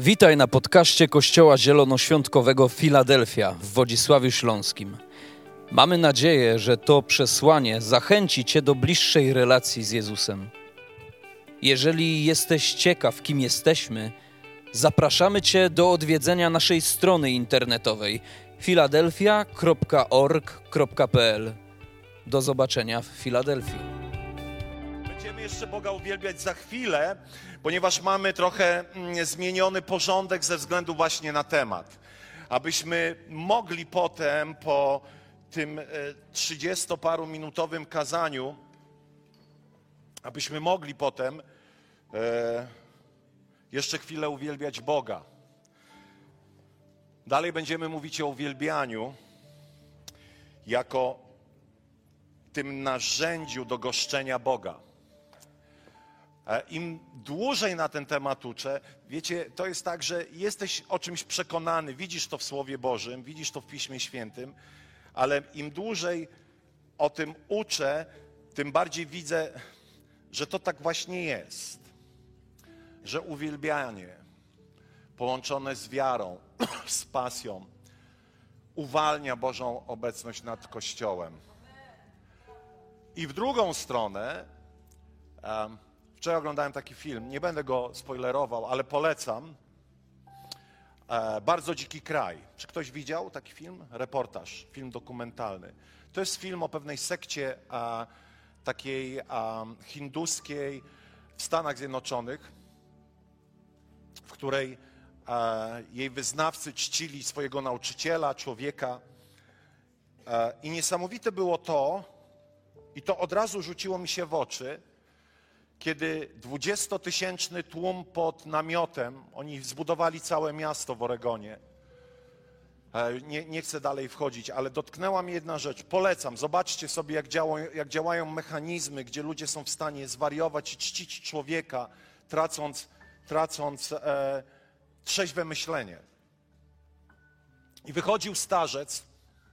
Witaj na podcaście Kościoła Zielonoświątkowego Filadelfia w Wodzisławiu Śląskim. Mamy nadzieję, że to przesłanie zachęci Cię do bliższej relacji z Jezusem. Jeżeli jesteś ciekaw, kim jesteśmy, zapraszamy Cię do odwiedzenia naszej strony internetowej filadelfia.org.pl. Do zobaczenia w Filadelfii. Będziemy jeszcze Boga uwielbiać za chwilę, ponieważ mamy trochę zmieniony porządek ze względu właśnie na temat. Abyśmy mogli potem po tym 30-paruminutowym kazaniu, abyśmy mogli potem jeszcze chwilę uwielbiać Boga. Dalej będziemy mówić o uwielbianiu jako tym narzędziu do goszczenia Boga. Im dłużej na ten temat uczę, wiecie, to jest tak, że jesteś o czymś przekonany, widzisz to w Słowie Bożym, widzisz to w Piśmie Świętym, ale im dłużej o tym uczę, tym bardziej widzę, że to tak właśnie jest. Że uwielbianie połączone z wiarą, z pasją, uwalnia Bożą obecność nad Kościołem. I w drugą stronę, wczoraj oglądałem taki film, nie będę go spoilerował, ale polecam. Bardzo dziki kraj. Czy ktoś widział taki film? Reportaż, film dokumentalny. To jest film o pewnej sekcie takiej hinduskiej w Stanach Zjednoczonych, w której jej wyznawcy czcili swojego nauczyciela, człowieka. I niesamowite było to, i to od razu rzuciło mi się w oczy, kiedy 20-tysięczny tłum pod namiotem, oni zbudowali całe miasto w Oregonie. Nie chcę dalej wchodzić, ale dotknęła mnie jedna rzecz. Polecam, zobaczcie sobie, jak działają mechanizmy, gdzie ludzie są w stanie zwariować i czcić człowieka, tracąc trzeźwe myślenie. I wychodził starzec,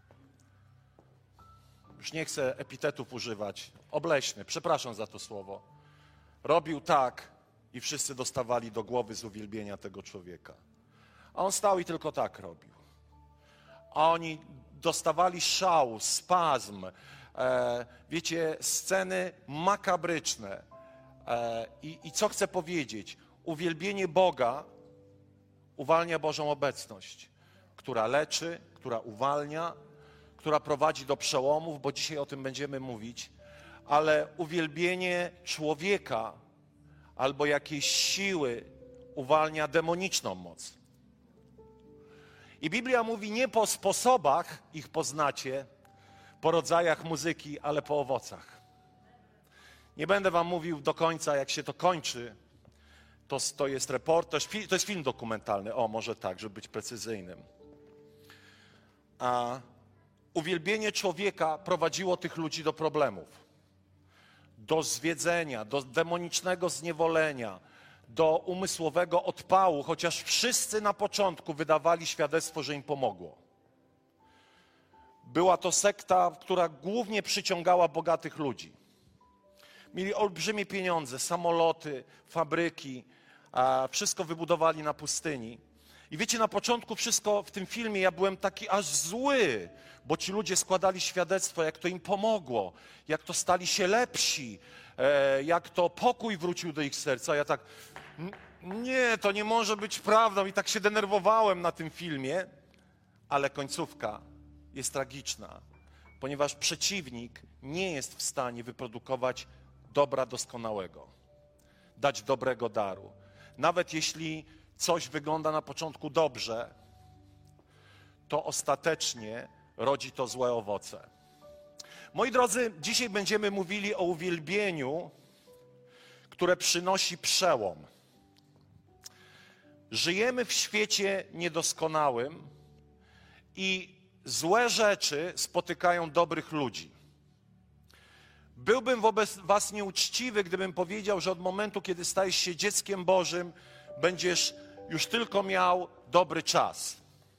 już nie chcę epitetów używać, obleśny, przepraszam za to słowo. Robił tak i wszyscy dostawali do głowy z uwielbienia tego człowieka. A on stał i tylko tak robił. A oni dostawali szał, spazm, wiecie, sceny makabryczne. I co chcę powiedzieć? Uwielbienie Boga uwalnia Bożą obecność, która leczy, która uwalnia, która prowadzi do przełomów, bo dzisiaj o tym będziemy mówić, ale uwielbienie człowieka albo jakiejś siły uwalnia demoniczną moc. I Biblia mówi, nie po sposobach ich poznacie, po rodzajach muzyki, ale po owocach. Nie będę wam mówił do końca, jak się to kończy. To jest reportaż, to jest film dokumentalny, może tak, żeby być precyzyjnym. A uwielbienie człowieka prowadziło tych ludzi do problemów. Do zwiedzenia, do demonicznego zniewolenia, do umysłowego odpału, chociaż wszyscy na początku wydawali świadectwo, że im pomogło. Była to sekta, która głównie przyciągała bogatych ludzi. Mieli olbrzymie pieniądze, samoloty, fabryki, wszystko wybudowali na pustyni. I wiecie, na początku wszystko w tym filmie ja byłem taki aż zły, bo ci ludzie składali świadectwo, jak to im pomogło, jak to stali się lepsi, jak to pokój wrócił do ich serca. Ja tak, nie, to nie może być prawdą i tak się denerwowałem na tym filmie, ale końcówka jest tragiczna, ponieważ przeciwnik nie jest w stanie wyprodukować dobra doskonałego, dać dobrego daru. Nawet jeśli coś wygląda na początku dobrze, to ostatecznie rodzi to złe owoce. Moi drodzy, dzisiaj będziemy mówili o uwielbieniu, które przynosi przełom. Żyjemy w świecie niedoskonałym i złe rzeczy spotykają dobrych ludzi. Byłbym wobec was nieuczciwy, gdybym powiedział, że od momentu, kiedy stajesz się dzieckiem Bożym, będziesz już tylko miał dobry czas.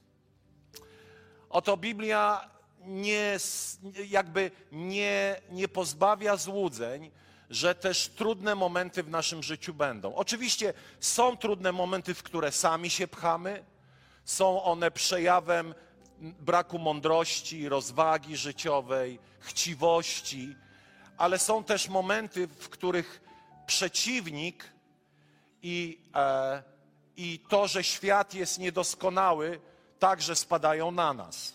Oto Biblia nie pozbawia złudzeń, że też trudne momenty w naszym życiu będą. Oczywiście są trudne momenty, w które sami się pchamy. Są one przejawem braku mądrości, rozwagi życiowej, chciwości, ale są też momenty, w których przeciwnik i to, że świat jest niedoskonały, także spadają na nas.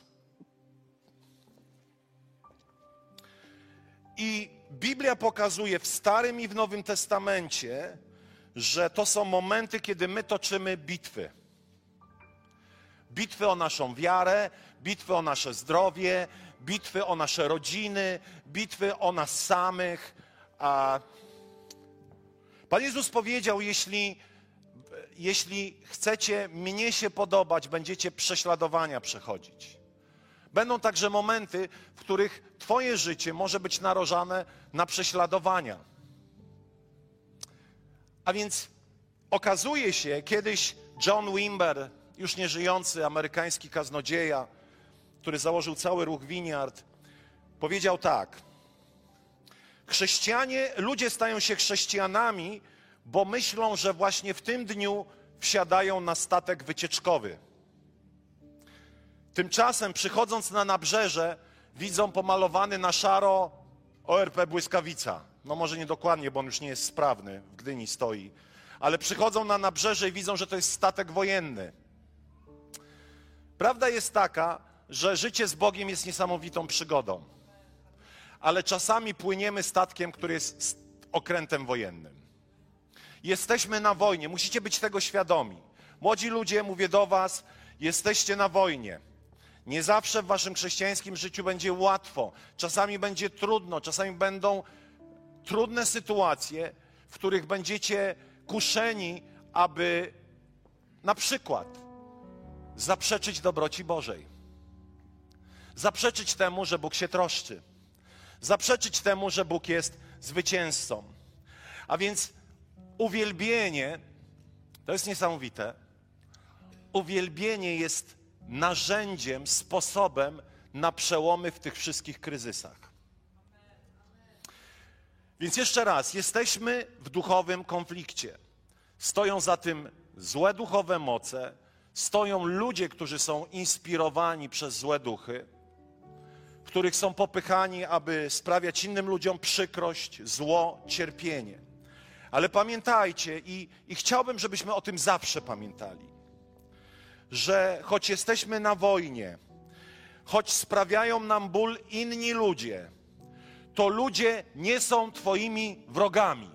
I Biblia pokazuje w Starym i w Nowym Testamencie, że to są momenty, kiedy my toczymy bitwy. Bitwy o naszą wiarę, bitwy o nasze zdrowie, bitwy o nasze rodziny, bitwy o nas samych. Pan Jezus powiedział, jeśli chcecie mnie się podobać, będziecie prześladowania przechodzić. Będą także momenty, w których twoje życie może być narażone na prześladowania. A więc okazuje się, kiedyś John Wimber, już nieżyjący amerykański kaznodzieja, który założył cały ruch Vineyard, powiedział tak: ludzie stają się chrześcijanami, bo myślą, że właśnie w tym dniu wsiadają na statek wycieczkowy. Tymczasem, przychodząc na nabrzeże, widzą pomalowany na szaro ORP Błyskawica. No może nie dokładnie, bo on już nie jest sprawny, w Gdyni stoi. Ale przychodzą na nabrzeże i widzą, że to jest statek wojenny. Prawda jest taka, że życie z Bogiem jest niesamowitą przygodą. Ale czasami płyniemy statkiem, który jest okrętem wojennym. Jesteśmy na wojnie, musicie być tego świadomi. Młodzi ludzie, mówię do was, jesteście na wojnie. Nie zawsze w waszym chrześcijańskim życiu będzie łatwo. Czasami będzie trudno, czasami będą trudne sytuacje, w których będziecie kuszeni, aby na przykład zaprzeczyć dobroci Bożej. Zaprzeczyć temu, że Bóg się troszczy. Zaprzeczyć temu, że Bóg jest zwycięzcą. A więc uwielbienie, to jest niesamowite, uwielbienie jest narzędziem, sposobem na przełomy w tych wszystkich kryzysach. Więc jeszcze raz, jesteśmy w duchowym konflikcie. Stoją za tym złe duchowe moce, stoją ludzie, którzy są inspirowani przez złe duchy, w których są popychani, aby sprawiać innym ludziom przykrość, zło, cierpienie. Ale pamiętajcie, i chciałbym, żebyśmy o tym zawsze pamiętali, że choć jesteśmy na wojnie, choć sprawiają nam ból inni ludzie, to ludzie nie są twoimi wrogami.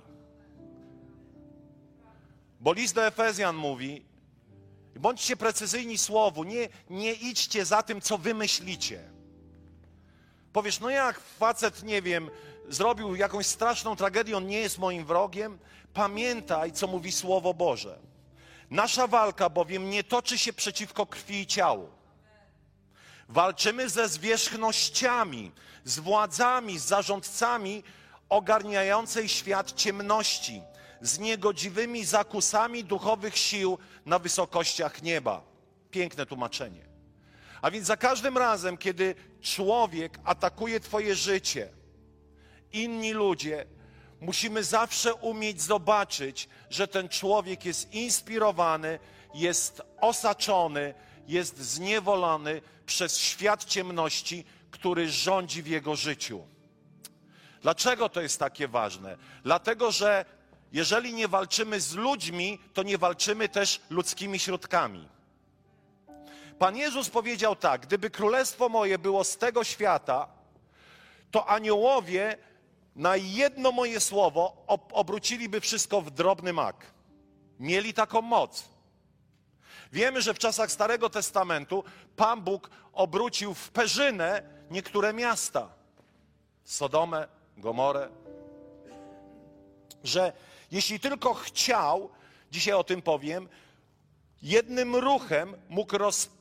Bo list do Efezjan mówi, bądźcie precyzyjni słowu, nie idźcie za tym, co wy myślicie. Powiesz, no jak facet, nie wiem, zrobił jakąś straszną tragedię, on nie jest moim wrogiem. Pamiętaj, co mówi Słowo Boże. Nasza walka bowiem nie toczy się przeciwko krwi i ciału. Walczymy ze zwierzchnościami, z władzami, z zarządcami ogarniającej świat ciemności, z niegodziwymi zakusami duchowych sił na wysokościach nieba. Piękne tłumaczenie. A więc za każdym razem, kiedy człowiek atakuje twoje życie, inni ludzie, musimy zawsze umieć zobaczyć, że ten człowiek jest inspirowany, jest osaczony, jest zniewolony przez świat ciemności, który rządzi w jego życiu. Dlaczego to jest takie ważne? Dlatego, że jeżeli nie walczymy z ludźmi, to nie walczymy też ludzkimi środkami. Pan Jezus powiedział tak: gdyby królestwo moje było z tego świata, to aniołowie na jedno moje słowo obróciliby wszystko w drobny mak. Mieli taką moc. Wiemy, że w czasach Starego Testamentu Pan Bóg obrócił w perzynę niektóre miasta. Sodomę, Gomorę. Że jeśli tylko chciał, dzisiaj o tym powiem, jednym ruchem mógł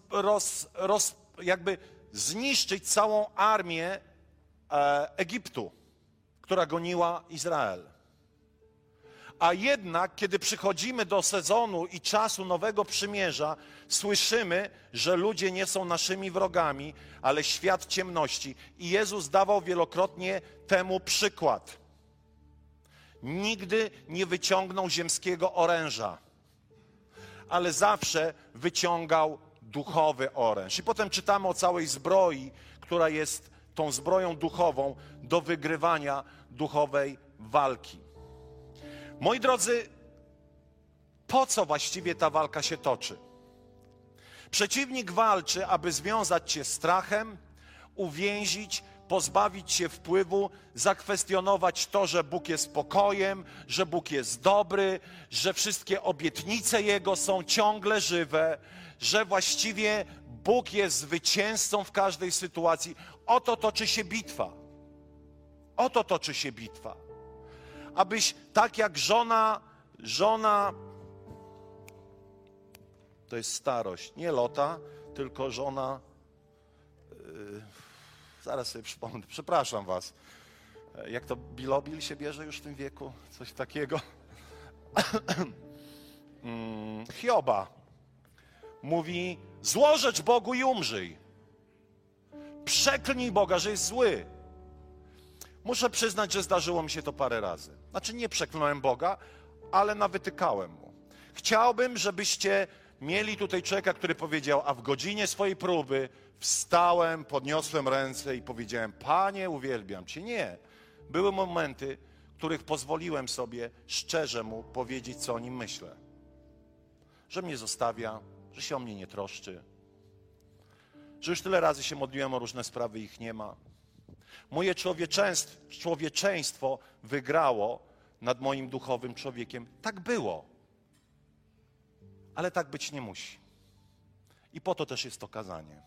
jakby zniszczyć całą armię Egiptu, która goniła Izrael. A jednak, kiedy przychodzimy do sezonu i czasu Nowego Przymierza, słyszymy, że ludzie nie są naszymi wrogami, ale świat ciemności. I Jezus dawał wielokrotnie temu przykład. Nigdy nie wyciągnął ziemskiego oręża, ale zawsze wyciągał duchowy oręż. I potem czytamy o całej zbroi, która jest tą zbroją duchową do wygrywania duchowej walki. Moi drodzy, po co właściwie ta walka się toczy? Przeciwnik walczy, aby związać cię strachem, uwięzić, pozbawić się wpływu, zakwestionować to, że Bóg jest pokojem, że Bóg jest dobry, że wszystkie obietnice Jego są ciągle żywe, że właściwie Bóg jest zwycięzcą w każdej sytuacji. Oto toczy się bitwa. Oto toczy się bitwa. Abyś tak jak żona, to jest starość, nie Lota, tylko żona, zaraz sobie przypomnę, przepraszam was, jak to Bilobil się bierze już w tym wieku, coś takiego. Hioba mówi, złożecz Bogu i umrzyj. Przeklnij Boga, że jest zły. Muszę przyznać, że zdarzyło mi się to parę razy. Znaczy nie przeklnąłem Boga, ale nawytykałem Mu. Chciałbym, żebyście mieli tutaj człowieka, który powiedział, a w godzinie swojej próby wstałem, podniosłem ręce i powiedziałem, Panie, uwielbiam Cię. Nie. Były momenty, w których pozwoliłem sobie szczerze Mu powiedzieć, co o Nim myślę. Że mnie zostawia, że się o mnie nie troszczy, że już tyle razy się modliłem o różne sprawy, ich nie ma. Moje człowieczeństwo wygrało nad moim duchowym człowiekiem. Tak było. Ale tak być nie musi. I po to też jest to kazanie.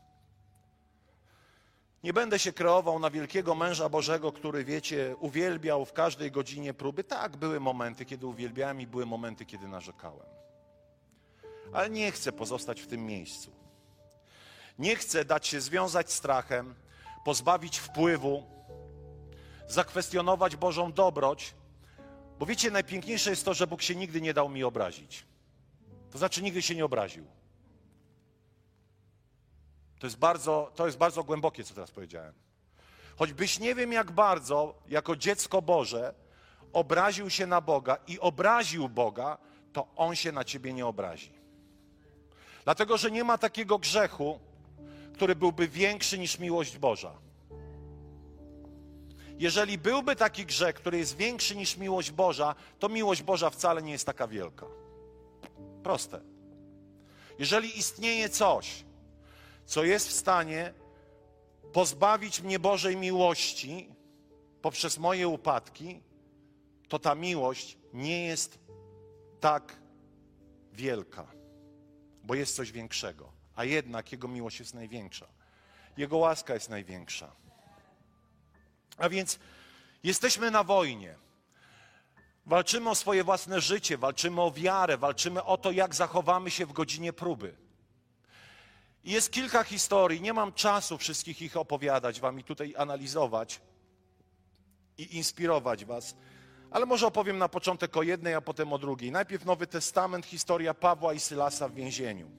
Nie będę się kreował na wielkiego męża Bożego, który, wiecie, uwielbiał w każdej godzinie próby. Tak, były momenty, kiedy uwielbiałem i były momenty, kiedy narzekałem. Ale nie chcę pozostać w tym miejscu. Nie chcę dać się związać strachem, pozbawić wpływu, zakwestionować Bożą dobroć, bo wiecie, najpiękniejsze jest to, że Bóg się nigdy nie dał mi obrazić. To znaczy nigdy się nie obraził. To jest bardzo głębokie, co teraz powiedziałem. Choćbyś nie wiem jak bardzo, jako dziecko Boże, obraził się na Boga i obraził Boga, to On się na ciebie nie obrazi. Dlatego, że nie ma takiego grzechu, który byłby większy niż miłość Boża. Jeżeli byłby taki grzech, który jest większy niż miłość Boża, to miłość Boża wcale nie jest taka wielka. Proste. Jeżeli istnieje coś, co jest w stanie pozbawić mnie Bożej miłości poprzez moje upadki, to ta miłość nie jest tak wielka, bo jest coś większego. A jednak Jego miłość jest największa. Jego łaska jest największa. A więc jesteśmy na wojnie. Walczymy o swoje własne życie, walczymy o wiarę, walczymy o to, jak zachowamy się w godzinie próby. I jest kilka historii, nie mam czasu wszystkich ich opowiadać wam i tutaj analizować i inspirować was, ale może opowiem na początek o jednej, a potem o drugiej. Najpierw Nowy Testament, historia Pawła i Sylasa w więzieniu.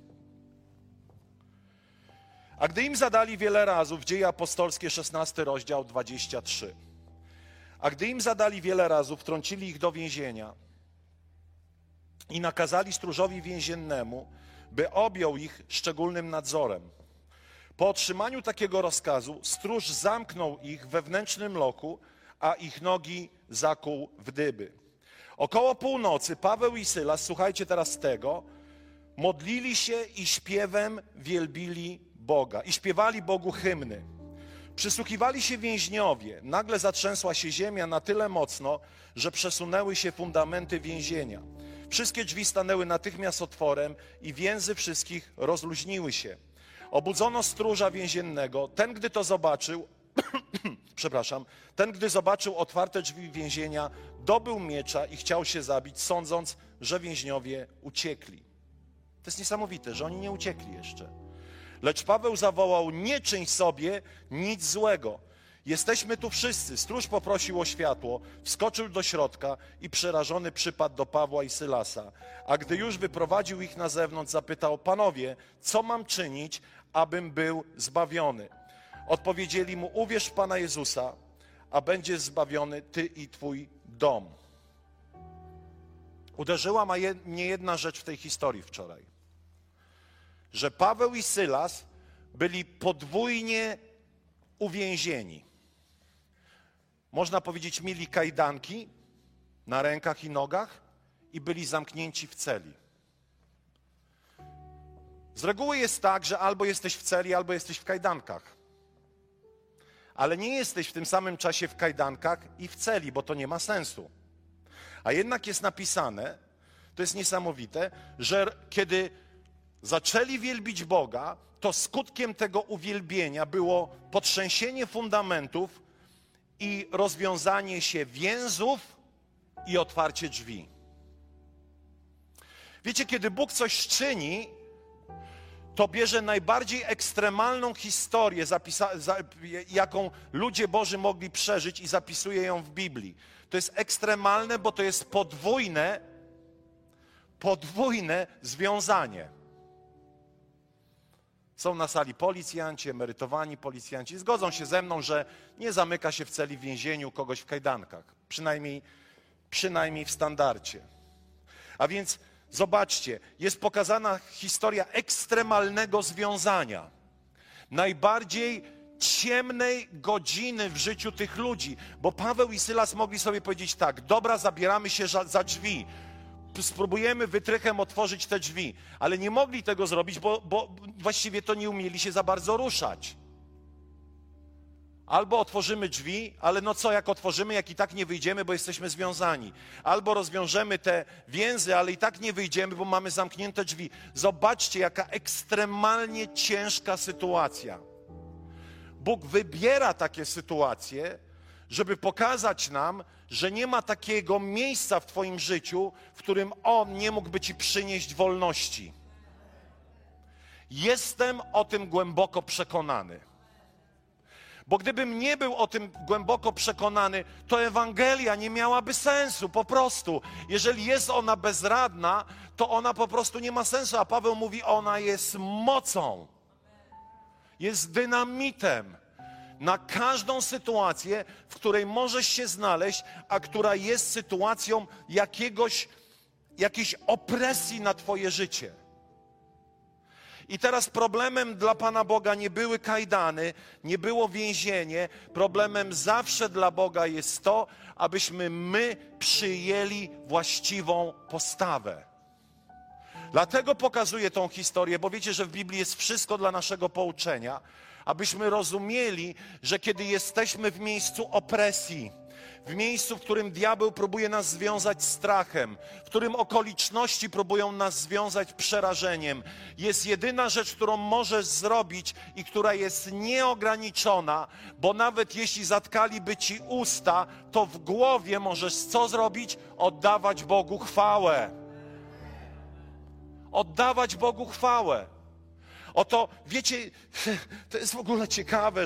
A gdy im zadali wiele razów, Dzieje Apostolskie, 16 rozdział, 23. A gdy im zadali wiele razów, wtrącili ich do więzienia i nakazali stróżowi więziennemu, by objął ich szczególnym nadzorem. Po otrzymaniu takiego rozkazu stróż zamknął ich w wewnętrznym lochu, a ich nogi zakuł w dyby. Około północy Paweł i Sylas, słuchajcie teraz tego, modlili się i śpiewem wielbili Boga i śpiewali Bogu hymny. Przysłuchiwali się więźniowie. Nagle zatrzęsła się ziemia na tyle mocno, że przesunęły się fundamenty więzienia. Wszystkie drzwi stanęły natychmiast otworem i więzy wszystkich rozluźniły się. Obudzono stróża więziennego. Ten, gdy to zobaczył, ten, gdy zobaczył otwarte drzwi więzienia, dobył miecza i chciał się zabić, sądząc, że więźniowie uciekli. To jest niesamowite, że oni nie uciekli jeszcze. Lecz Paweł zawołał, nie czyń sobie nic złego. Jesteśmy tu wszyscy. Stróż poprosił o światło, wskoczył do środka i przerażony przypadł do Pawła i Sylasa. A gdy już wyprowadził ich na zewnątrz, zapytał, panowie, co mam czynić, abym był zbawiony? Odpowiedzieli mu, uwierz w Pana Jezusa, a będziesz zbawiony ty i twój dom. Uderzyła mnie jedna rzecz w tej historii wczoraj. Że Paweł i Sylas byli podwójnie uwięzieni. Można powiedzieć, mieli kajdanki na rękach i nogach i byli zamknięci w celi. Z reguły jest tak, że albo jesteś w celi, albo jesteś w kajdankach. Ale nie jesteś w tym samym czasie w kajdankach i w celi, bo to nie ma sensu. A jednak jest napisane, to jest niesamowite, że kiedy zaczęli wielbić Boga, to skutkiem tego uwielbienia było potrzęsienie fundamentów i rozwiązanie się więzów i otwarcie drzwi. Wiecie, kiedy Bóg coś czyni, to bierze najbardziej ekstremalną historię, jaką ludzie Boży mogli przeżyć i zapisuje ją w Biblii. To jest ekstremalne, bo to jest podwójne związanie. Są na sali policjanci, emerytowani policjanci. Zgodzą się ze mną, że nie zamyka się w celi w więzieniu kogoś w kajdankach. Przynajmniej w standardzie. A więc zobaczcie, jest pokazana historia ekstremalnego związania. Najbardziej ciemnej godziny w życiu tych ludzi. Bo Paweł i Sylas mogli sobie powiedzieć tak, dobra, zabieramy się za drzwi. Spróbujemy wytrychem otworzyć te drzwi. Ale nie mogli tego zrobić, bo właściwie to nie umieli się za bardzo ruszać. Albo otworzymy drzwi, ale no co, jak otworzymy, jak i tak nie wyjdziemy, bo jesteśmy związani. Albo rozwiążemy te więzy, ale i tak nie wyjdziemy, bo mamy zamknięte drzwi. Zobaczcie, jaka ekstremalnie ciężka sytuacja. Bóg wybiera takie sytuacje, żeby pokazać nam, że nie ma takiego miejsca w twoim życiu, w którym On nie mógłby ci przynieść wolności. Jestem o tym głęboko przekonany. Bo gdybym nie był o tym głęboko przekonany, to Ewangelia nie miałaby sensu, po prostu. Jeżeli jest ona bezradna, to ona po prostu nie ma sensu. A Paweł mówi, ona jest mocą, jest dynamitem na każdą sytuację, w której możesz się znaleźć, a która jest sytuacją jakiejś opresji na twoje życie. I teraz problemem dla Pana Boga nie były kajdany, nie było więzienie. Problemem zawsze dla Boga jest to, abyśmy my przyjęli właściwą postawę. Dlatego pokazuję tą historię, bo wiecie, że w Biblii jest wszystko dla naszego pouczenia, abyśmy rozumieli, że kiedy jesteśmy w miejscu opresji, w miejscu, w którym diabeł próbuje nas związać strachem, w którym okoliczności próbują nas związać przerażeniem, jest jedyna rzecz, którą możesz zrobić i która jest nieograniczona, bo nawet jeśli zatkaliby ci usta, to w głowie możesz co zrobić? Oddawać Bogu chwałę. Oddawać Bogu chwałę. Oto, wiecie, to jest w ogóle ciekawe,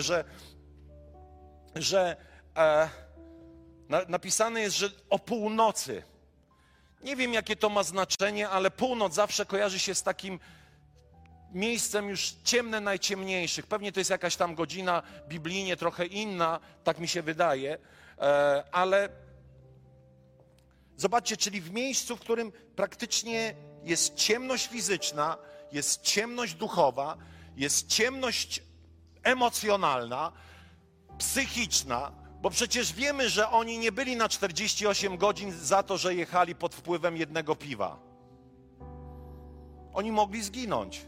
że napisane jest, że o północy. Nie wiem, jakie to ma znaczenie, ale północ zawsze kojarzy się z takim miejscem już ciemne najciemniejszych. Pewnie to jest jakaś tam godzina biblijnie trochę inna, tak mi się wydaje, ale zobaczcie, czyli w miejscu, w którym praktycznie jest ciemność fizyczna, jest ciemność duchowa, jest ciemność emocjonalna, psychiczna, bo przecież wiemy, że oni nie byli na 48 godzin za to, że jechali pod wpływem jednego piwa. Oni mogli zginąć.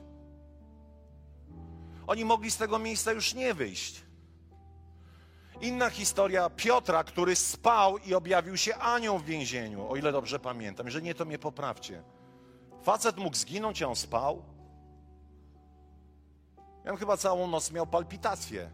Oni mogli z tego miejsca już nie wyjść. Inna historia Piotra, który spał i objawił się anioł w więzieniu, o ile dobrze pamiętam. Jeżeli nie, to mnie poprawcie. Facet mógł zginąć, a on spał. Ja chyba całą noc miał palpitacje.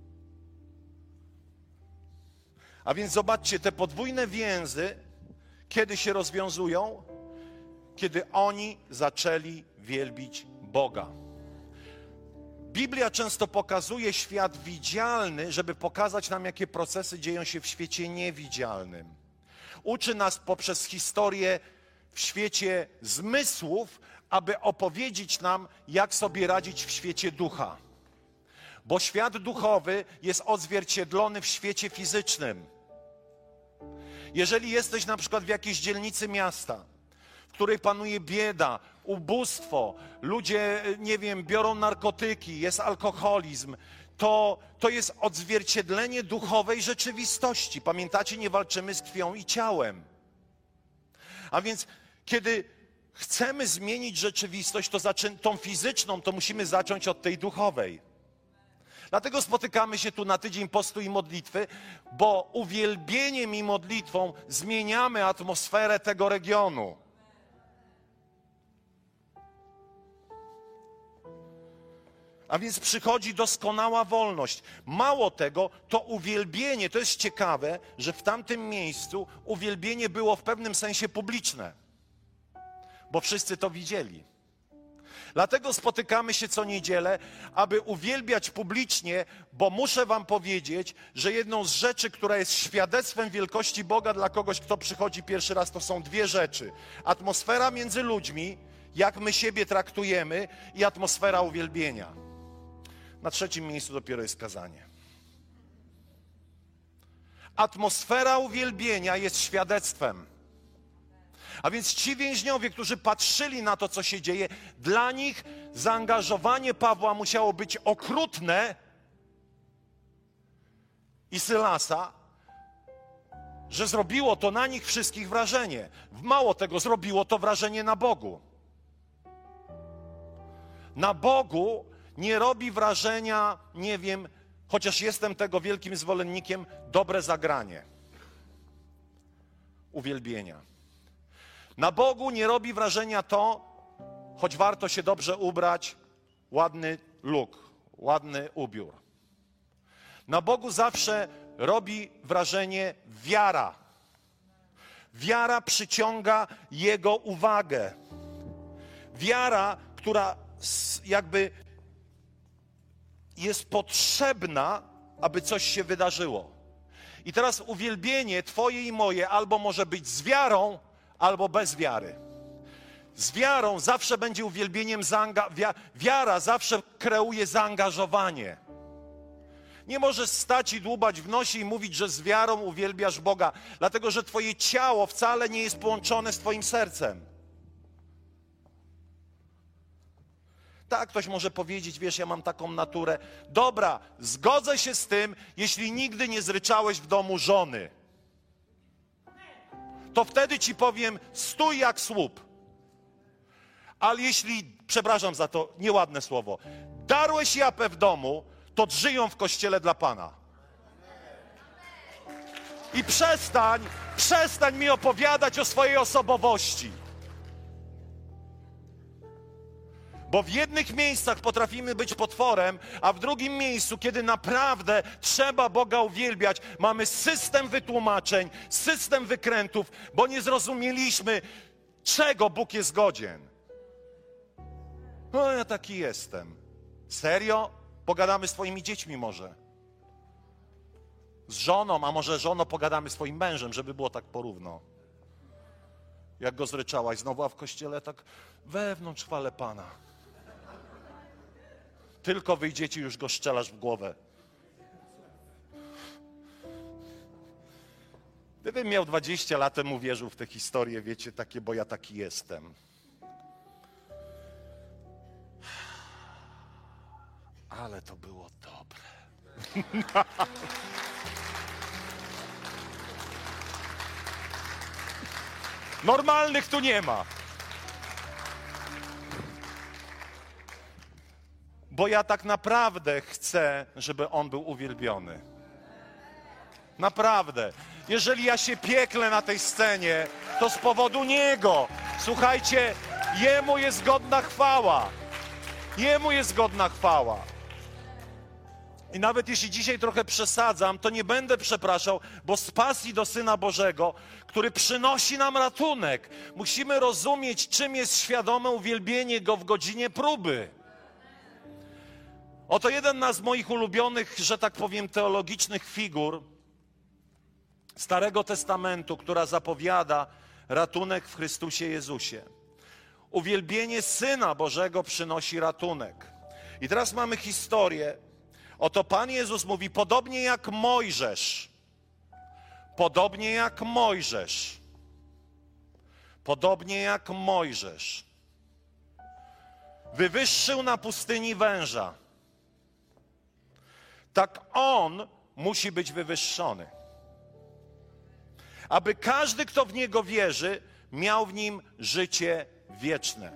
A więc zobaczcie, te podwójne więzy, kiedy się rozwiązują? Kiedy oni zaczęli wielbić Boga. Biblia często pokazuje świat widzialny, żeby pokazać nam, jakie procesy dzieją się w świecie niewidzialnym. Uczy nas poprzez historię w świecie zmysłów, aby opowiedzieć nam, jak sobie radzić w świecie ducha. Bo świat duchowy jest odzwierciedlony w świecie fizycznym. Jeżeli jesteś na przykład w jakiejś dzielnicy miasta której panuje bieda, ubóstwo, ludzie, nie wiem, biorą narkotyki, jest alkoholizm, to jest odzwierciedlenie duchowej rzeczywistości. Pamiętacie, nie walczymy z krwią i ciałem. A więc kiedy chcemy zmienić rzeczywistość, tą fizyczną, to musimy zacząć od tej duchowej. Dlatego spotykamy się tu na tydzień postu i modlitwy, bo uwielbieniem i modlitwą zmieniamy atmosferę tego regionu. A więc przychodzi doskonała wolność. Mało tego, to uwielbienie, to jest ciekawe, że w tamtym miejscu uwielbienie było w pewnym sensie publiczne, bo wszyscy to widzieli. Dlatego spotykamy się co niedzielę, aby uwielbiać publicznie, bo muszę wam powiedzieć, że jedną z rzeczy, która jest świadectwem wielkości Boga dla kogoś, kto przychodzi pierwszy raz, to są dwie rzeczy. Atmosfera między ludźmi, jak my siebie traktujemy, i atmosfera uwielbienia. Na trzecim miejscu dopiero jest kazanie. Atmosfera uwielbienia jest świadectwem. A więc ci więźniowie, którzy patrzyli na to, co się dzieje, dla nich zaangażowanie Pawła musiało być okrutne i Sylasa, że zrobiło to na nich wszystkich wrażenie. Mało tego, zrobiło to wrażenie na Bogu. Na Bogu nie robi wrażenia, nie wiem, chociaż jestem tego wielkim zwolennikiem, dobre zagranie uwielbienia. Na Bogu nie robi wrażenia to, choć warto się dobrze ubrać, ładny look, ładny ubiór. Na Bogu zawsze robi wrażenie wiara. Wiara przyciąga Jego uwagę. Wiara, która jakby jest potrzebna, aby coś się wydarzyło. I teraz uwielbienie Twoje i moje albo może być z wiarą, albo bez wiary. Z wiarą zawsze będzie uwielbieniem, wiara zawsze kreuje zaangażowanie. Nie możesz stać i dłubać w nosie i mówić, że z wiarą uwielbiasz Boga, dlatego że Twoje ciało wcale nie jest połączone z Twoim sercem. Tak, ktoś może powiedzieć, wiesz, ja mam taką naturę. Dobra, zgodzę się z tym, jeśli nigdy nie zryczałeś w domu żony. To wtedy ci powiem, stój jak słup. Ale jeśli, przepraszam za to nieładne słowo, darłeś japę w domu, to drżyj ją w kościele dla Pana. I przestań mi opowiadać o swojej osobowości. Bo w jednych miejscach potrafimy być potworem, a w drugim miejscu, kiedy naprawdę trzeba Boga uwielbiać, mamy system wytłumaczeń, system wykrętów, bo nie zrozumieliśmy, czego Bóg jest godzien. No, ja taki jestem. Serio? Pogadamy z twoimi dziećmi może. Z żoną, a może żono pogadamy z twoim mężem, żeby było tak porówno. Jak go zryczałaś znowu, a w kościele tak wewnątrz chwalę Pana. Tylko wyjdziecie, już go strzelasz w głowę. Gdybym miał 20 lat temu wierzył w tę historię, wiecie, takie, bo ja taki jestem. Ale to było dobre. Normalnych tu nie ma. Bo ja tak naprawdę chcę, żeby On był uwielbiony. Naprawdę. Jeżeli ja się pieklę na tej scenie, to z powodu Niego. Słuchajcie, Jemu jest godna chwała. Jemu jest godna chwała. I nawet jeśli dzisiaj trochę przesadzam, to nie będę przepraszał, bo z pasji do Syna Bożego, który przynosi nam ratunek, musimy rozumieć, czym jest świadome uwielbienie Go w godzinie próby. Oto jeden z moich ulubionych, że tak powiem, teologicznych figur Starego Testamentu, która zapowiada ratunek w Chrystusie Jezusie. Uwielbienie Syna Bożego przynosi ratunek. I teraz mamy historię. Oto Pan Jezus mówi, podobnie jak Mojżesz, podobnie jak Mojżesz wywyższył na pustyni węża, tak on musi być wywyższony. Aby każdy, kto w niego wierzy, miał w nim życie wieczne.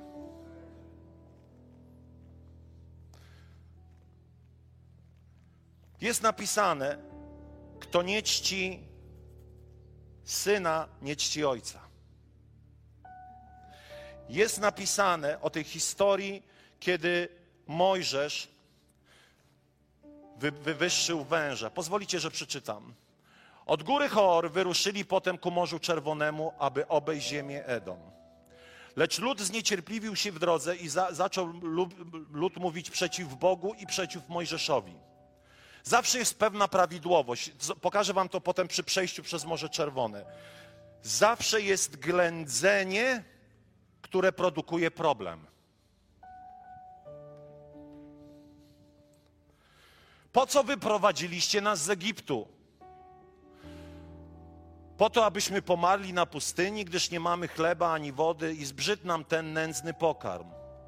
Jest napisane, kto nie czci syna, nie czci ojca. Jest napisane o tej historii, kiedy Mojżesz wywyższył węża. Pozwolicie, że przeczytam. Od góry Hor wyruszyli potem ku Morzu Czerwonemu, aby obejść ziemię Edom. Lecz lud zniecierpliwił się w drodze i zaczął lud mówić przeciw Bogu i przeciw Mojżeszowi. Zawsze jest pewna prawidłowość. Pokażę wam to potem przy przejściu przez Morze Czerwone. Zawsze jest ględzenie, które produkuje problem. Po co wyprowadziliście nas z Egiptu? Po to, abyśmy pomarli na pustyni, gdyż nie mamy chleba ani wody i zbrzydł nam ten nędzny pokarm.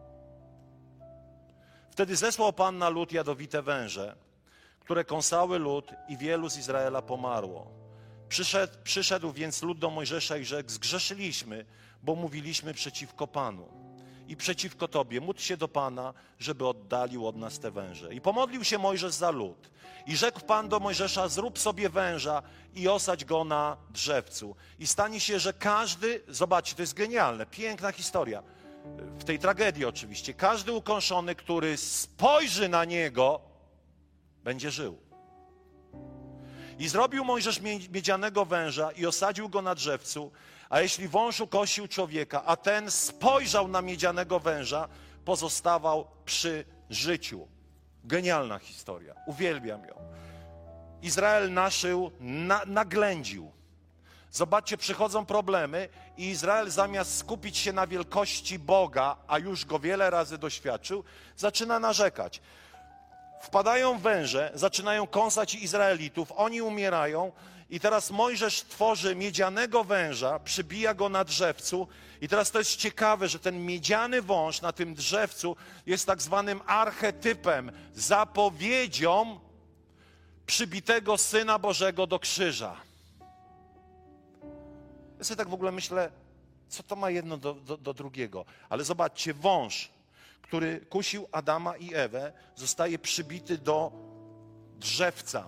Wtedy zesłał Pan na lud jadowite węże, które kąsały lud i wielu z Izraela pomarło. Przyszedł więc lud do Mojżesza i rzekł: zgrzeszyliśmy, bo mówiliśmy przeciwko Panu i przeciwko Tobie. Módl się do Pana, żeby oddalił od nas te węże. I pomodlił się Mojżesz za lud. I rzekł Pan do Mojżesza: zrób sobie węża i osadź go na drzewcu. I stanie się, że każdy, zobaczcie, to jest genialne, piękna historia, w tej tragedii oczywiście, każdy ukąszony, który spojrzy na niego, będzie żył. I zrobił Mojżesz miedzianego węża i osadził go na drzewcu, a jeśli wąż ukosił człowieka, a ten spojrzał na miedzianego węża, pozostawał przy życiu. Genialna historia, uwielbiam ją. Izrael naszył, naględził. Zobaczcie, przychodzą problemy i Izrael zamiast skupić się na wielkości Boga, a już go wiele razy doświadczył, zaczyna narzekać. Wpadają węże, zaczynają kąsać Izraelitów, oni umierają i teraz Mojżesz tworzy miedzianego węża, przybija go na drzewcu i teraz to jest ciekawe, że ten miedziany wąż na tym drzewcu jest tak zwanym archetypem, zapowiedzią przybitego Syna Bożego do krzyża. Ja sobie tak w ogóle myślę, co to ma jedno do drugiego, ale zobaczcie, wąż, który kusił Adama i Ewę, zostaje przybity do drzewca.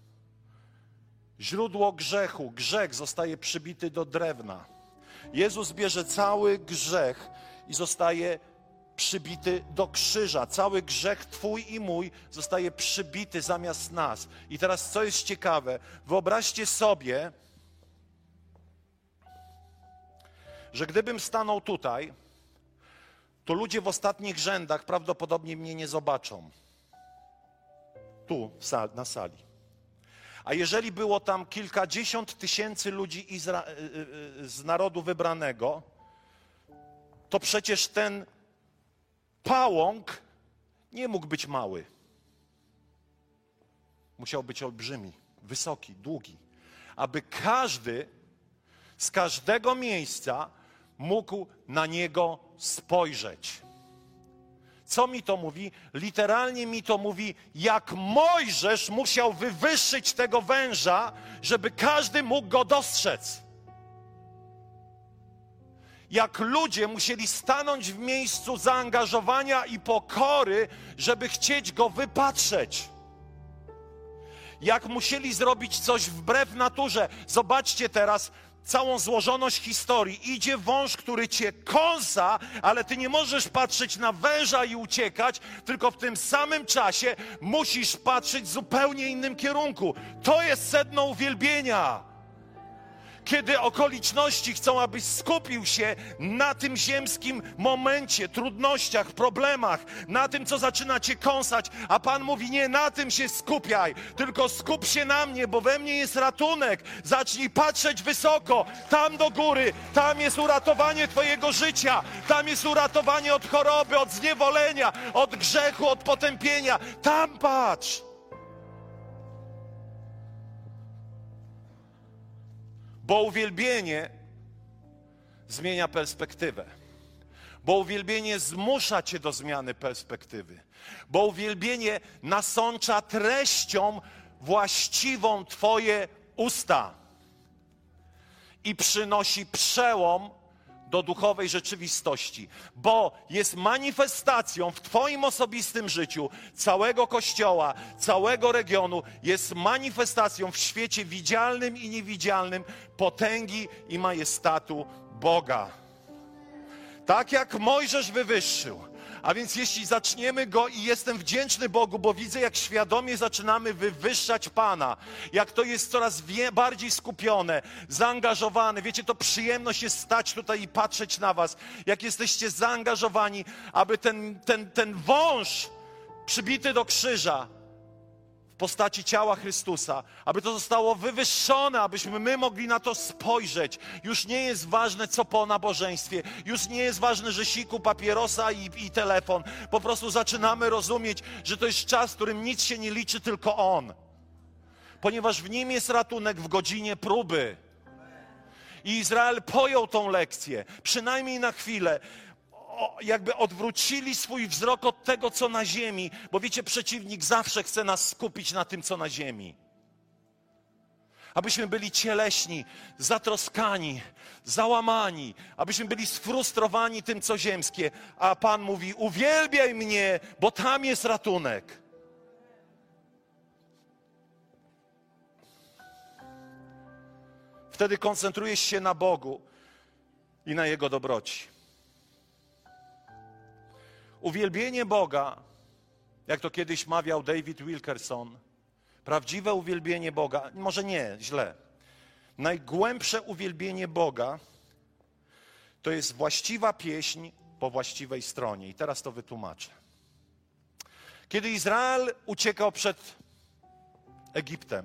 Źródło grzechu, grzech zostaje przybity do drewna. Jezus bierze cały grzech i zostaje przybity do krzyża. Cały grzech twój i mój zostaje przybity zamiast nas. I teraz co jest ciekawe, wyobraźcie sobie, że gdybym stanął tutaj, to ludzie w ostatnich rzędach prawdopodobnie mnie nie zobaczą. Tu, na sali. A jeżeli było tam kilkadziesiąt tysięcy ludzi z narodu wybranego, to przecież ten pałąk nie mógł być mały. Musiał być olbrzymi, wysoki, długi. Aby każdy z każdego miejsca mógł na niego spojrzeć. Co mi to mówi? Literalnie mi to mówi, jak Mojżesz musiał wywyższyć tego węża, żeby każdy mógł go dostrzec. Jak ludzie musieli stanąć w miejscu zaangażowania i pokory, żeby chcieć go wypatrzeć. Jak musieli zrobić coś wbrew naturze. Zobaczcie teraz całą złożoność historii. Idzie wąż, który cię kąsa, ale ty nie możesz patrzeć na węża i uciekać, tylko w tym samym czasie musisz patrzeć w zupełnie innym kierunku. To jest sedno uwielbienia. Kiedy okoliczności chcą, abyś skupił się na tym ziemskim momencie, trudnościach, problemach, na tym, co zaczyna cię kąsać, a Pan mówi, nie na tym się skupiaj, tylko skup się na mnie, bo we mnie jest ratunek. Zacznij patrzeć wysoko, tam do góry, tam jest uratowanie twojego życia, tam jest uratowanie od choroby, od zniewolenia, od grzechu, od potępienia. Tam patrz. Bo uwielbienie zmienia perspektywę. Bo uwielbienie zmusza cię do zmiany perspektywy. Bo uwielbienie nasącza treścią właściwą twoje usta i przynosi przełom do duchowej rzeczywistości, bo jest manifestacją w twoim osobistym życiu całego Kościoła, całego regionu, jest manifestacją w świecie widzialnym i niewidzialnym potęgi i majestatu Boga. Tak jak Mojżesz wywyższył. A więc jeśli zaczniemy go, i jestem wdzięczny Bogu, bo widzę, jak świadomie zaczynamy wywyższać Pana, jak to jest coraz bardziej skupione, zaangażowane. Wiecie, to przyjemność jest stać tutaj i patrzeć na was, jak jesteście zaangażowani, aby ten wąż przybity do krzyża w postaci ciała Chrystusa, aby to zostało wywyższone, abyśmy my mogli na to spojrzeć. Już nie jest ważne, co po nabożeństwie. Już nie jest ważne, że siku, papierosa i telefon. Po prostu zaczynamy rozumieć, że to jest czas, w którym nic się nie liczy, tylko On. Ponieważ w Nim jest ratunek w godzinie próby. I Izrael pojął tą lekcję, przynajmniej na chwilę. Jakby odwrócili swój wzrok od tego, co na ziemi, bo wiecie, przeciwnik zawsze chce nas skupić na tym, co na ziemi. Abyśmy byli cieleśni, zatroskani, załamani, abyśmy byli sfrustrowani tym, co ziemskie. A Pan mówi, uwielbiaj mnie, bo tam jest ratunek. Wtedy koncentrujesz się na Bogu i na Jego dobroci. Uwielbienie Boga, jak to kiedyś mawiał David Wilkerson, prawdziwe uwielbienie Boga, może nie, źle. Najgłębsze uwielbienie Boga to jest właściwa pieśń po właściwej stronie. I teraz to wytłumaczę. Kiedy Izrael uciekał przed Egiptem,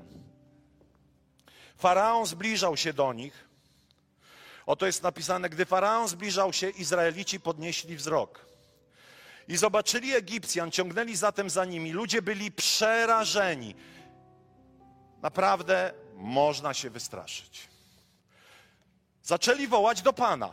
Faraon zbliżał się do nich. Oto jest napisane, gdy Faraon zbliżał się, Izraelici podnieśli wzrok. I zobaczyli Egipcjan, ciągnęli zatem za nimi. Ludzie byli przerażeni. Naprawdę można się wystraszyć. Zaczęli wołać do Pana.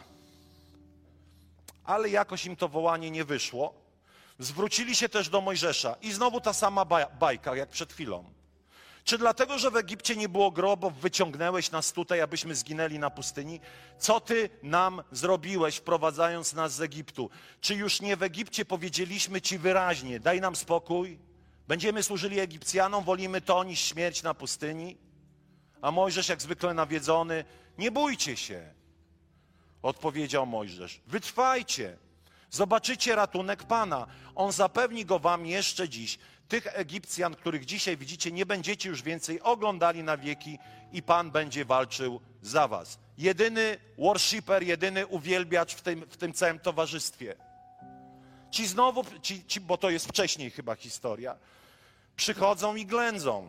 Ale jakoś im to wołanie nie wyszło. Zwrócili się też do Mojżesza. I znowu ta sama bajka, jak przed chwilą. Czy dlatego, że w Egipcie nie było grobów, wyciągnęłeś nas tutaj, abyśmy zginęli na pustyni? Co Ty nam zrobiłeś, wprowadzając nas z Egiptu? Czy już nie w Egipcie powiedzieliśmy Ci wyraźnie, daj nam spokój, będziemy służyli Egipcjanom, wolimy to niż śmierć na pustyni? A Mojżesz, jak zwykle nawiedzony, nie bójcie się, odpowiedział Mojżesz, wytrwajcie, zobaczycie ratunek Pana, On zapewni go wam jeszcze dziś. Tych Egipcjan, których dzisiaj widzicie, nie będziecie już więcej oglądali na wieki i Pan będzie walczył za was. Jedyny worshiper, jedyny uwielbiacz w tym całym towarzystwie. Ci znowu, bo to jest wcześniej chyba historia, przychodzą i ględzą.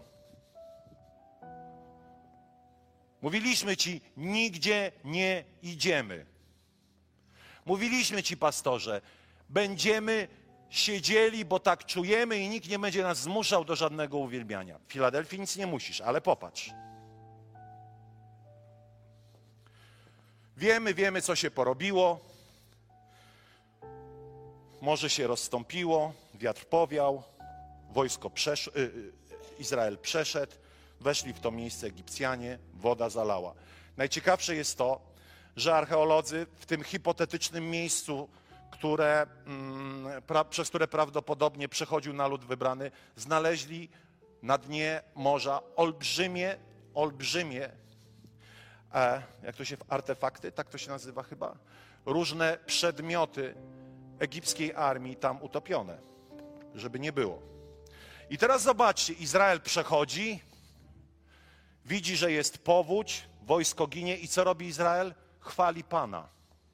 Mówiliśmy ci, nigdzie nie idziemy. Mówiliśmy ci, pastorze, będziemy siedzieli, bo tak czujemy i nikt nie będzie nas zmuszał do żadnego uwielbiania. W Filadelfii nic nie musisz, ale popatrz. Wiemy, co się porobiło. Morze się rozstąpiło, wiatr powiał, wojsko Izrael przeszedł, weszli w to miejsce Egipcjanie, woda zalała. Najciekawsze jest to, że archeolodzy w tym hipotetycznym miejscu, przez które prawdopodobnie przechodził naród wybrany, znaleźli na dnie morza olbrzymie, jak to się, artefakty, tak to się nazywa chyba, różne przedmioty egipskiej armii tam utopione, żeby nie było. I teraz zobaczcie, Izrael przechodzi, widzi, że jest powódź, wojsko ginie i co robi Izrael? Chwali Pana.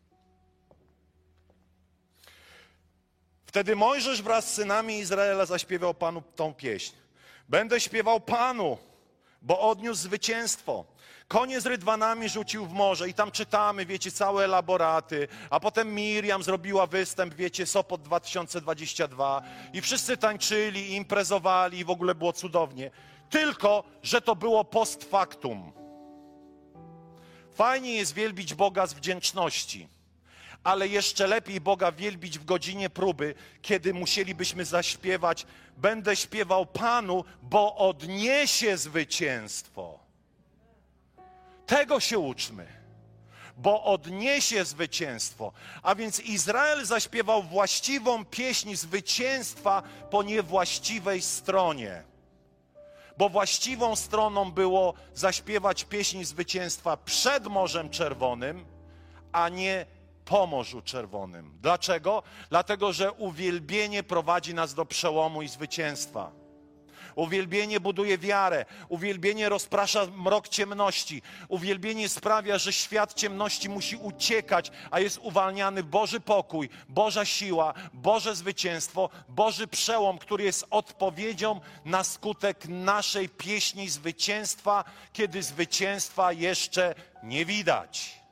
Wtedy Mojżesz wraz z synami Izraela zaśpiewał Panu tą pieśń. Będę śpiewał Panu, bo odniósł zwycięstwo. Konie z rydwanami rzucił w morze i tam czytamy, wiecie, całe elaboraty, a potem Miriam zrobiła występ, wiecie, Sopot 2022 i wszyscy tańczyli, imprezowali i w ogóle było cudownie. Tylko, że to było post factum. Fajnie jest wielbić Boga z wdzięczności, ale jeszcze lepiej Boga wielbić w godzinie próby, kiedy musielibyśmy zaśpiewać: będę śpiewał Panu, bo odniesie zwycięstwo. Tego się uczmy, bo odniesie zwycięstwo. A więc Izrael zaśpiewał właściwą pieśń zwycięstwa po niewłaściwej stronie. Bo właściwą stroną było zaśpiewać pieśń zwycięstwa przed Morzem Czerwonym, a nie po Morzu Czerwonym. Dlaczego? Dlatego, że uwielbienie prowadzi nas do przełomu i zwycięstwa. Uwielbienie buduje wiarę, uwielbienie rozprasza mrok ciemności, uwielbienie sprawia, że świat ciemności musi uciekać, a jest uwalniany Boży pokój, Boża siła, Boże zwycięstwo, Boży przełom, który jest odpowiedzią na skutek naszej pieśni zwycięstwa, kiedy zwycięstwa jeszcze nie widać.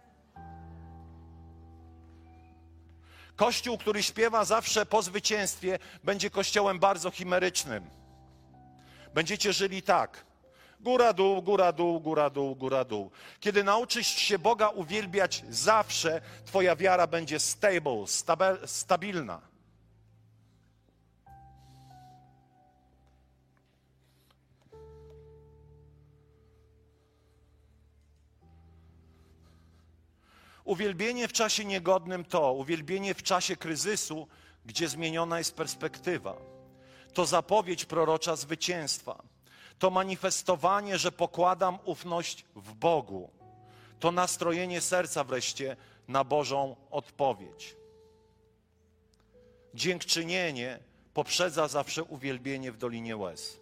Kościół, który śpiewa zawsze po zwycięstwie, będzie kościołem bardzo chimerycznym. Będziecie żyli tak: góra, dół, góra, dół, góra, dół, góra, dół. Kiedy nauczysz się Boga uwielbiać zawsze, twoja wiara będzie stabilna. Uwielbienie w czasie niegodnym to uwielbienie w czasie kryzysu, gdzie zmieniona jest perspektywa. To zapowiedź prorocza zwycięstwa. To manifestowanie, że pokładam ufność w Bogu. To nastrojenie serca wreszcie na Bożą odpowiedź. Dziękczynienie poprzedza zawsze uwielbienie w Dolinie Łez.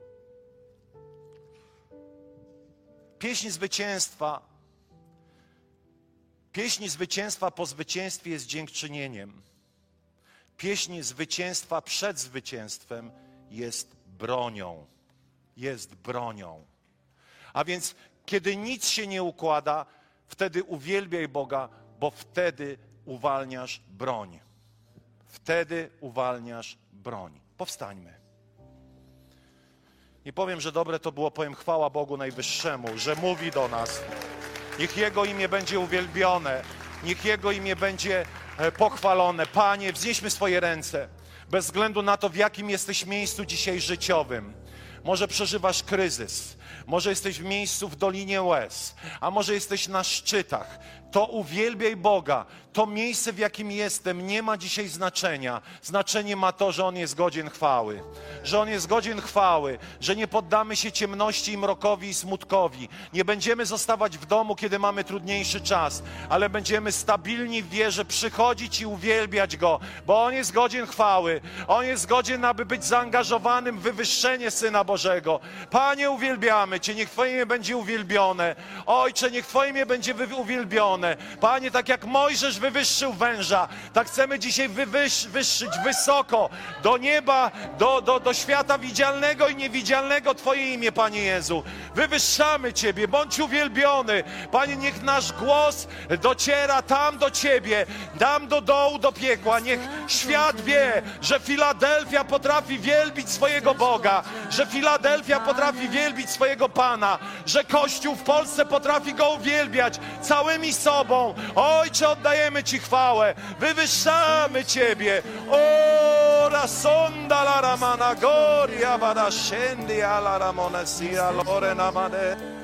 Pieśń zwycięstwa po zwycięstwie jest dziękczynieniem. Pieśń zwycięstwa przed zwycięstwem jest bronią. Jest bronią. A więc, kiedy nic się nie układa, wtedy uwielbiaj Boga, bo wtedy uwalniasz broń. Wtedy uwalniasz broń. Powstańmy. Nie powiem, że dobre to było, powiem chwała Bogu Najwyższemu, że mówi do nas. Niech Jego imię będzie uwielbione. Niech Jego imię będzie pochwalone. Panie, wznieśmy swoje ręce, bez względu na to, w jakim jesteś miejscu dzisiaj życiowym. Może przeżywasz kryzys, może jesteś w miejscu w Dolinie Łez, a może jesteś na szczytach. To uwielbiaj Boga. To miejsce, w jakim jestem, nie ma dzisiaj znaczenia. Znaczenie ma to, że On jest godzien chwały. Że On jest godzien chwały, że nie poddamy się ciemności i mrokowi i smutkowi. Nie będziemy zostawać w domu, kiedy mamy trudniejszy czas, ale będziemy stabilni w wierze przychodzić i uwielbiać Go, bo On jest godzien chwały. On jest godzien, aby być zaangażowanym w wywyższenie Syna Bożego. Panie, uwielbiamy Cię, niech Twoje imię będzie uwielbione. Ojcze, niech Twoje imię będzie uwielbione. Panie, tak jak Mojżesz wywyższył węża, tak chcemy dzisiaj wywyższyć wysoko do nieba, do świata widzialnego i niewidzialnego Twoje imię, Panie Jezu. Wywyższamy Ciebie, bądź uwielbiony. Panie, niech nasz głos dociera tam do Ciebie, tam do dołu, do piekła. Niech świat wie, że Filadelfia potrafi wielbić swojego Boga, że Filadelfia potrafi wielbić swojego Pana, że Kościół w Polsce potrafi Go uwielbiać całymi sobą. Ojcze, oddajemy Ci chwałę, wywyższamy Ciebie. O, rasonda la ramana goria bada scendi alla ramona sia lore namane.